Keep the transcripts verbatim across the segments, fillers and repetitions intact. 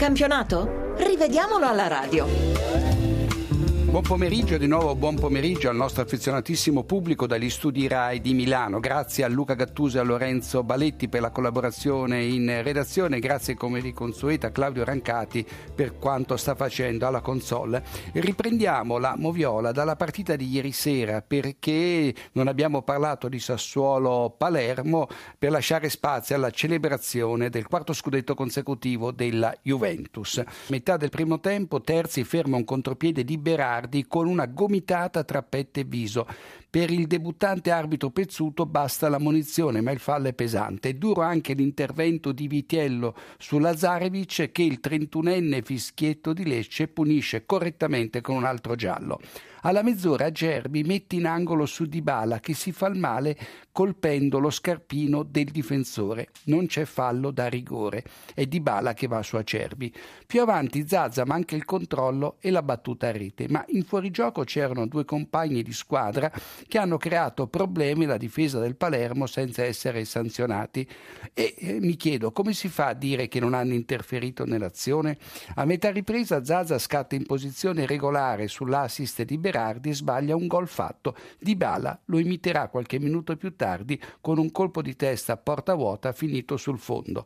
campionato? Rivediamolo alla radio. Buon pomeriggio, di nuovo buon pomeriggio al nostro affezionatissimo pubblico dagli studi Rai di Milano. Grazie a Luca Gattuso e a Lorenzo Baletti per la collaborazione in redazione, grazie come di consueto a Claudio Rancati per quanto sta facendo alla console. Riprendiamo la moviola dalla partita di ieri sera, perché non abbiamo parlato di Sassuolo-Palermo per lasciare spazio alla celebrazione del quarto scudetto consecutivo della Juventus. Metà del primo tempo Terzi ferma un contropiede di Berardi con una gomitata tra petto e viso. Per il debuttante arbitro Pezzuto basta l'ammonizione, ma il fallo è pesante. È duro anche l'intervento di Vitiello su Lazarevic, che il trentunenne fischietto di Lecce punisce correttamente con un altro giallo. Alla mezz'ora Gerbi mette in angolo su Dybala, che si fa il male colpendo lo scarpino del difensore. Non c'è fallo da rigore. È Dybala che va su Acerbi. Più avanti Zaza manca il controllo e la battuta a rete, ma in fuorigioco c'erano due compagni di squadra che hanno creato problemi alla difesa del Palermo senza essere sanzionati. E eh, mi chiedo, come si fa a dire che non hanno interferito nell'azione? A metà ripresa Zaza scatta in posizione regolare sull'assist di Berardi e sbaglia un gol fatto. Dybala lo imiterà qualche minuto più tardi con un colpo di testa a porta vuota finito sul fondo.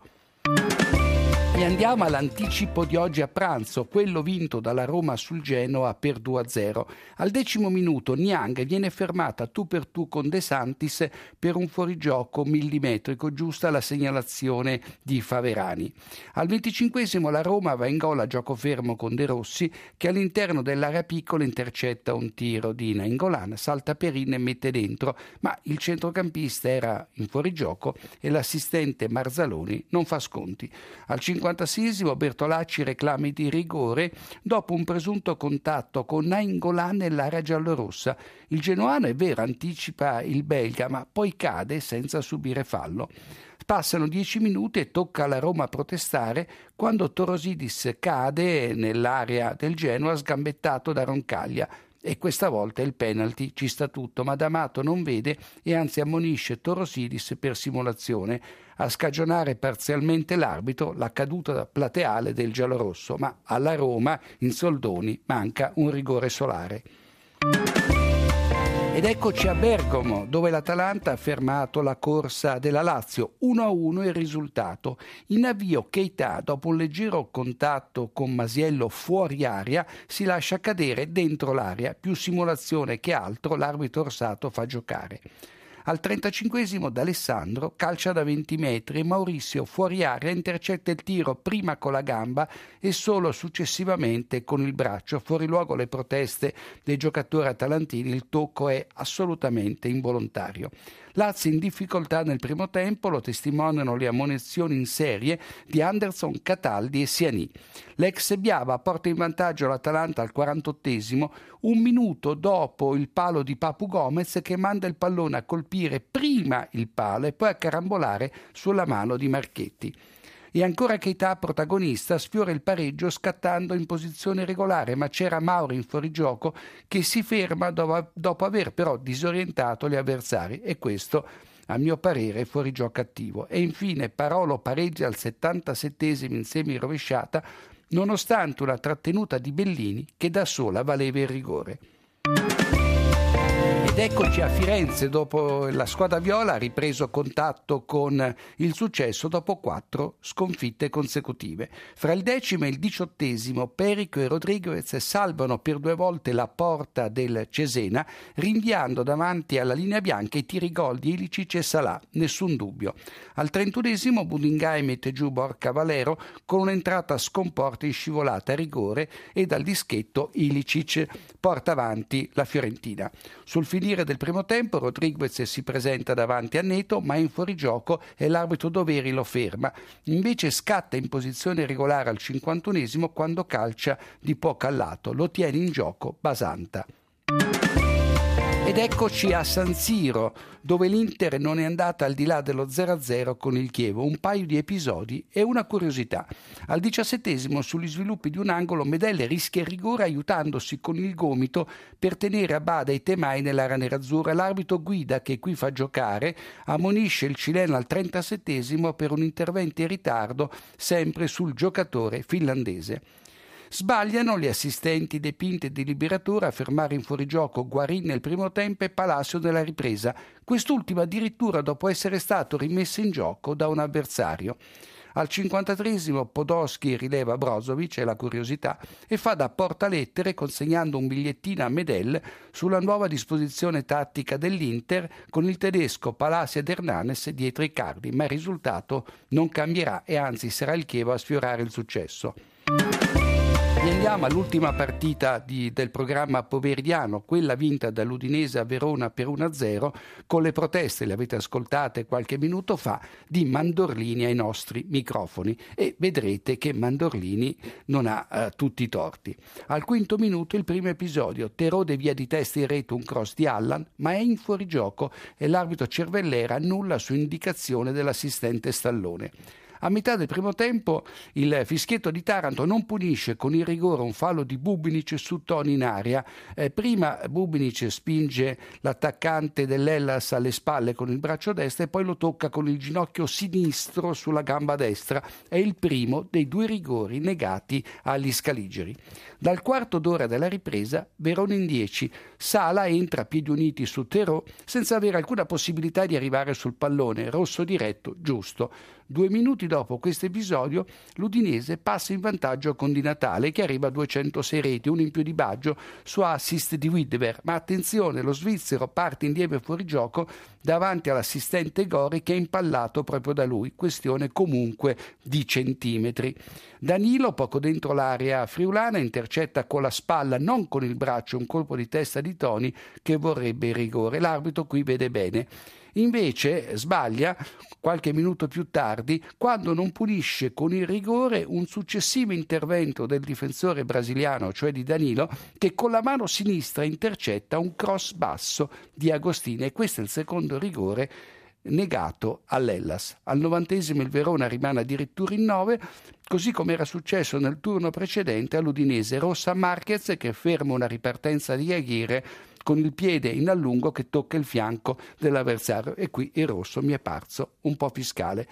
E andiamo all'anticipo di oggi a pranzo, quello vinto dalla Roma sul Genoa per due a zero. Al decimo minuto Niang viene fermata tu per tu con De Santis per un fuorigioco millimetrico, giusta la segnalazione di Faverani. Al venticinquesimo la Roma va in gol a gioco fermo con De Rossi, che all'interno dell'area piccola intercetta un tiro di Nainggolan, salta Perin e mette dentro, ma il centrocampista era in fuorigioco e l'assistente Marzaloni non fa sconti. Al cinquantaseiesimo Bertolacci reclami di rigore dopo un presunto contatto con Nainggolan nell'area giallorossa. Il genoano, è vero, anticipa il belga, ma poi cade senza subire fallo. Passano dieci minuti e tocca alla Roma protestare quando Torosidis cade nell'area del Genoa sgambettato da Roncaglia. E questa volta il penalty, ci sta tutto, ma D'Amato non vede e anzi ammonisce Torosidis per simulazione. A scagionare parzialmente l'arbitro la caduta plateale del giallorosso, ma alla Roma, in soldoni, manca un rigore solare. Ed eccoci a Bergamo, dove l'Atalanta ha fermato la corsa della Lazio. uno a uno il risultato. In avvio Keita, dopo un leggero contatto con Masiello fuori area, si lascia cadere dentro l'area. Più simulazione che altro, l'arbitro Orsato fa giocare. Al trentacinquesimo D'Alessandro calcia da venti metri e Maurizio fuori area intercetta il tiro prima con la gamba e solo successivamente con il braccio. Fuori luogo le proteste dei giocatori atalantini, il tocco è assolutamente involontario. Lazio in difficoltà nel primo tempo, lo testimoniano le ammonizioni in serie di Anderson, Cataldi e Siani. L'ex Biava porta in vantaggio l'Atalanta al quarantottesimo, un minuto dopo il palo di Papu Gomez, che manda il pallone a colpire prima il palo e poi a carambolare sulla mano di Marchetti. E ancora Keita protagonista sfiora il pareggio scattando in posizione regolare, ma c'era Mauro in fuorigioco che si ferma dopo, dopo aver però disorientato gli avversari, e questo a mio parere è fuorigioco attivo. E infine Parolo pareggia al settantasettesimo in semi rovesciata nonostante una trattenuta di Bellini che da sola valeva il rigore. Ed eccoci a Firenze, dopo la squadra viola ha ripreso contatto con il successo dopo quattro sconfitte consecutive. Fra il decimo e il diciottesimo Perico e Rodriguez salvano per due volte la porta del Cesena, rinviando davanti alla linea bianca i tiri gol di Ilicic e Salà, nessun dubbio. Al trentunesimo Budingai mette giù Borca Valero con un'entrata scomporta in scivolata a rigore e dal dischetto Ilicic porta avanti la Fiorentina. Sul finire del primo tempo Rodriguez si presenta davanti a Neto, ma in fuorigioco e l'arbitro Doveri lo ferma. Invece scatta in posizione regolare al cinquantunesimo quando calcia di poco al lato. Lo tiene in gioco Basanta. Ed eccoci a San Siro, dove l'Inter non è andata al di là dello zero a zero con il Chievo. Un paio di episodi e una curiosità. Al diciassettesimo, sugli sviluppi di un angolo, Medel rischia il rigore aiutandosi con il gomito per tenere a bada i temai nell'area nerazzurra. L'arbitro Guida, che qui fa giocare, ammonisce il cileno al trentasettesimo per un intervento in ritardo sempre sul giocatore finlandese. Sbagliano gli assistenti De Pinte e di Liberatore a fermare in fuorigioco Guarin nel primo tempo e Palacio nella ripresa, quest'ultimo addirittura dopo essere stato rimesso in gioco da un avversario. Al cinquantatreesimo Podolski rileva Brozovic, è la curiosità, e fa da portalettere consegnando un bigliettino a Medel sulla nuova disposizione tattica dell'Inter con il tedesco Palacio ed Hernanes dietro i cardi, ma il risultato non cambierà e anzi sarà il Chievo a sfiorare il successo. E andiamo all'ultima partita di, del programma pomeridiano, quella vinta dall'Udinese a Verona per uno a zero, con le proteste, le avete ascoltate qualche minuto fa, di Mandorlini ai nostri microfoni. E vedrete che Mandorlini non ha eh, tutti i torti. Al quinto minuto il primo episodio, Terò devia di testa in rete un cross di Allan, ma è in fuorigioco e l'arbitro Cervellera annulla su indicazione dell'assistente Stallone. A metà del primo tempo il fischietto di Taranto non punisce con il rigore un fallo di Bubinic su Toni in aria. Eh, prima Bubinic spinge l'attaccante dell'Hellas alle spalle con il braccio destro e poi lo tocca con il ginocchio sinistro sulla gamba destra. È il primo dei due rigori negati agli scaligeri. Dal quarto d'ora della ripresa, Verona in dieci. Sala entra a piedi uniti su Terò senza avere alcuna possibilità di arrivare sul pallone. Rosso diretto, giusto. Due minuti dopo questo episodio l'Udinese passa in vantaggio con Di Natale, che arriva a duecentosei reti, uno in più di Baggio su assist di Widmer, ma attenzione, lo svizzero parte in lieve fuorigioco davanti all'assistente Gori che è impallato proprio da lui, questione comunque di centimetri. Danilo, poco dentro l'area friulana, intercetta con la spalla, non con il braccio, un colpo di testa di Toni che vorrebbe il rigore. L'arbitro qui vede bene. Invece sbaglia qualche minuto più tardi quando non punisce con il rigore un successivo intervento del difensore brasiliano, cioè di Danilo, che con la mano sinistra intercetta un cross basso di Agostini, e questo è il secondo rigore negato all'Hellas. Al novantesimo il Verona rimane addirittura in nove, così come era successo nel turno precedente all'Udinese. Rossa a Marquez che ferma una ripartenza di Aguirre con il piede in allungo che tocca il fianco dell'avversario, e qui il rosso mi è parso un po' fiscale.